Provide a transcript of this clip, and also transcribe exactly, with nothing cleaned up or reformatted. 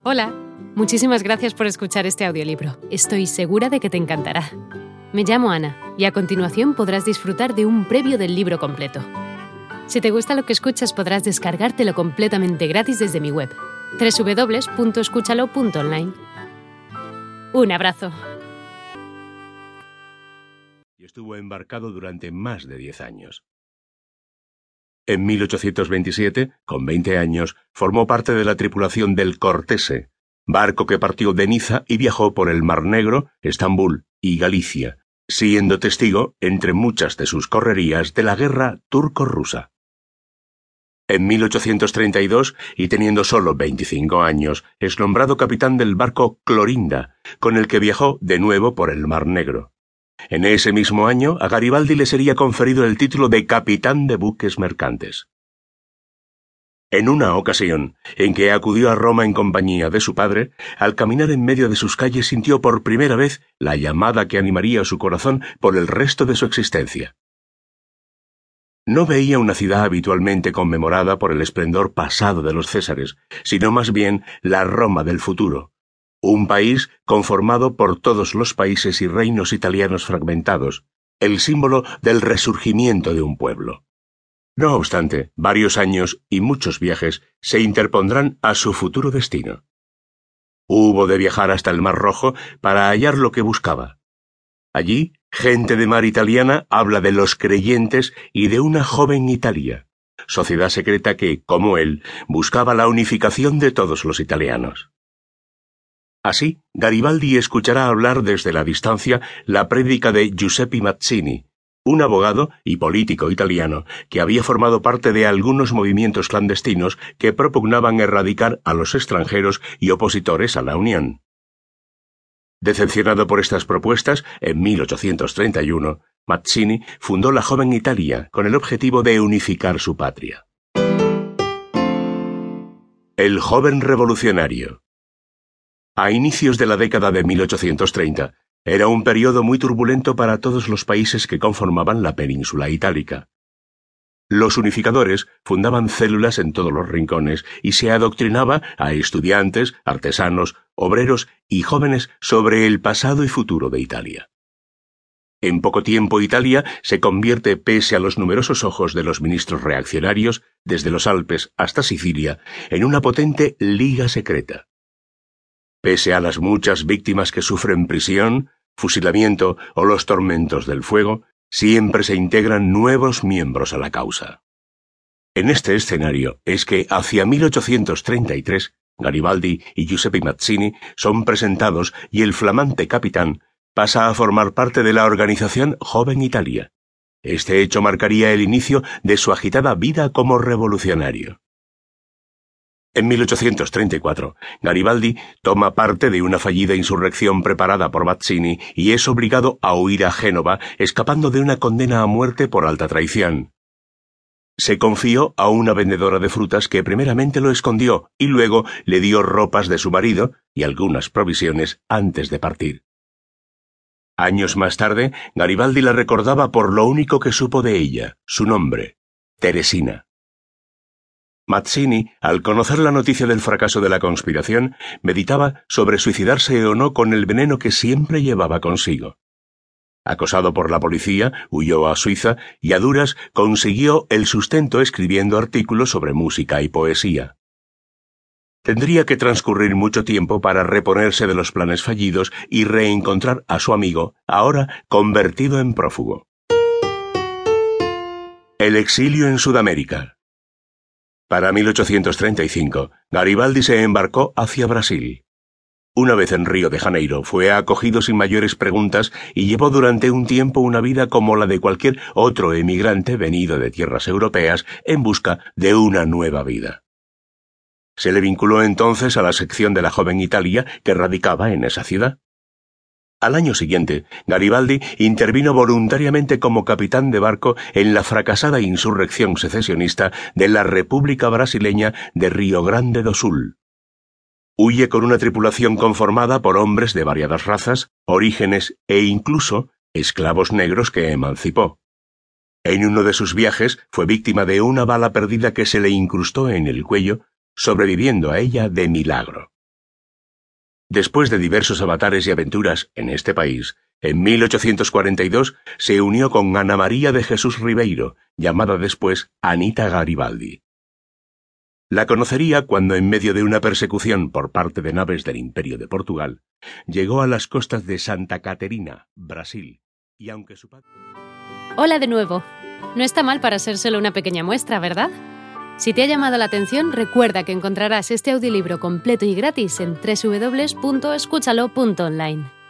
Hola, muchísimas gracias por escuchar este audiolibro. Estoy segura de que te encantará. Me llamo Ana y a continuación podrás disfrutar de un previo del libro completo. Si te gusta lo que escuchas, podrás descargártelo completamente gratis desde mi web, doble u doble u doble u punto escúchalo punto online. Un abrazo. Y estuvo embarcado durante más de diez años. En mil ochocientos veintisiete, con veinte años, formó parte de la tripulación del Cortese, barco que partió de Niza y viajó por el Mar Negro, Estambul y Galicia, siendo testigo, entre muchas de sus correrías, de la guerra turco-rusa. En mil ochocientos treinta y dos, y teniendo solo veinticinco años, es nombrado capitán del barco Clorinda, con el que viajó de nuevo por el Mar Negro. En ese mismo año, a Garibaldi le sería conferido el título de capitán de buques mercantes. En una ocasión, en que acudió a Roma en compañía de su padre, al caminar en medio de sus calles sintió por primera vez la llamada que animaría su corazón por el resto de su existencia. No veía una ciudad habitualmente conmemorada por el esplendor pasado de los Césares, sino más bien la Roma del futuro. Un país conformado por todos los países y reinos italianos fragmentados, el símbolo del resurgimiento de un pueblo. No obstante, varios años y muchos viajes se interpondrán a su futuro destino. Hubo de viajar hasta el Mar Rojo para hallar lo que buscaba. Allí, gente de mar italiana habla de los creyentes y de una joven Italia, sociedad secreta que, como él, buscaba la unificación de todos los italianos. Así, Garibaldi escuchará hablar desde la distancia la prédica de Giuseppe Mazzini, un abogado y político italiano que había formado parte de algunos movimientos clandestinos que propugnaban erradicar a los extranjeros y opositores a la Unión. Decepcionado por estas propuestas, en mil ochocientos treinta y uno, Mazzini fundó la Joven Italia con el objetivo de unificar su patria. El joven revolucionario. A inicios de la década de mil ochocientos treinta, era un periodo muy turbulento para todos los países que conformaban la península itálica. Los unificadores fundaban células en todos los rincones y se adoctrinaba a estudiantes, artesanos, obreros y jóvenes sobre el pasado y futuro de Italia. En poco tiempo Italia se convierte, pese a los numerosos ojos de los ministros reaccionarios, desde los Alpes hasta Sicilia, en una potente liga secreta. Pese a las muchas víctimas que sufren prisión, fusilamiento o los tormentos del fuego, siempre se integran nuevos miembros a la causa. En este escenario es que hacia mil ochocientos treinta y tres, Garibaldi y Giuseppe Mazzini son presentados y el flamante capitán pasa a formar parte de la organización Joven Italia. Este hecho marcaría el inicio de su agitada vida como revolucionario. En mil ochocientos treinta y cuatro, Garibaldi toma parte de una fallida insurrección preparada por Mazzini y es obligado a huir a Génova, escapando de una condena a muerte por alta traición. Se confió a una vendedora de frutas que primeramente lo escondió y luego le dio ropas de su marido y algunas provisiones antes de partir. Años más tarde, Garibaldi la recordaba por lo único que supo de ella, su nombre, Teresina. Mazzini, al conocer la noticia del fracaso de la conspiración, meditaba sobre suicidarse o no con el veneno que siempre llevaba consigo. Acosado por la policía, huyó a Suiza y a duras consiguió el sustento escribiendo artículos sobre música y poesía. Tendría que transcurrir mucho tiempo para reponerse de los planes fallidos y reencontrar a su amigo, ahora convertido en prófugo. El exilio en Sudamérica. Para mil ochocientos treinta y cinco, Garibaldi se embarcó hacia Brasil. Una vez en Río de Janeiro, fue acogido sin mayores preguntas y llevó durante un tiempo una vida como la de cualquier otro emigrante venido de tierras europeas en busca de una nueva vida. Se le vinculó entonces a la sección de la Joven Italia que radicaba en esa ciudad. Al año siguiente, Garibaldi intervino voluntariamente como capitán de barco en la fracasada insurrección secesionista de la República Brasileña de Río Grande do Sul. Huye con una tripulación conformada por hombres de variadas razas, orígenes e incluso esclavos negros que emancipó. En uno de sus viajes fue víctima de una bala perdida que se le incrustó en el cuello, sobreviviendo a ella de milagro. Después de diversos avatares y aventuras en este país, en mil ochocientos cuarenta y dos se unió con Ana María de Jesús Ribeiro, llamada después Anita Garibaldi. La conocería cuando, en medio de una persecución por parte de naves del Imperio de Portugal, llegó a las costas de Santa Caterina, Brasil, y aunque su padre... Hola de nuevo. No está mal para ser solo una pequeña muestra, ¿verdad? Si te ha llamado la atención, recuerda que encontrarás este audiolibro completo y gratis en doble u doble u doble u punto escúchalo punto online.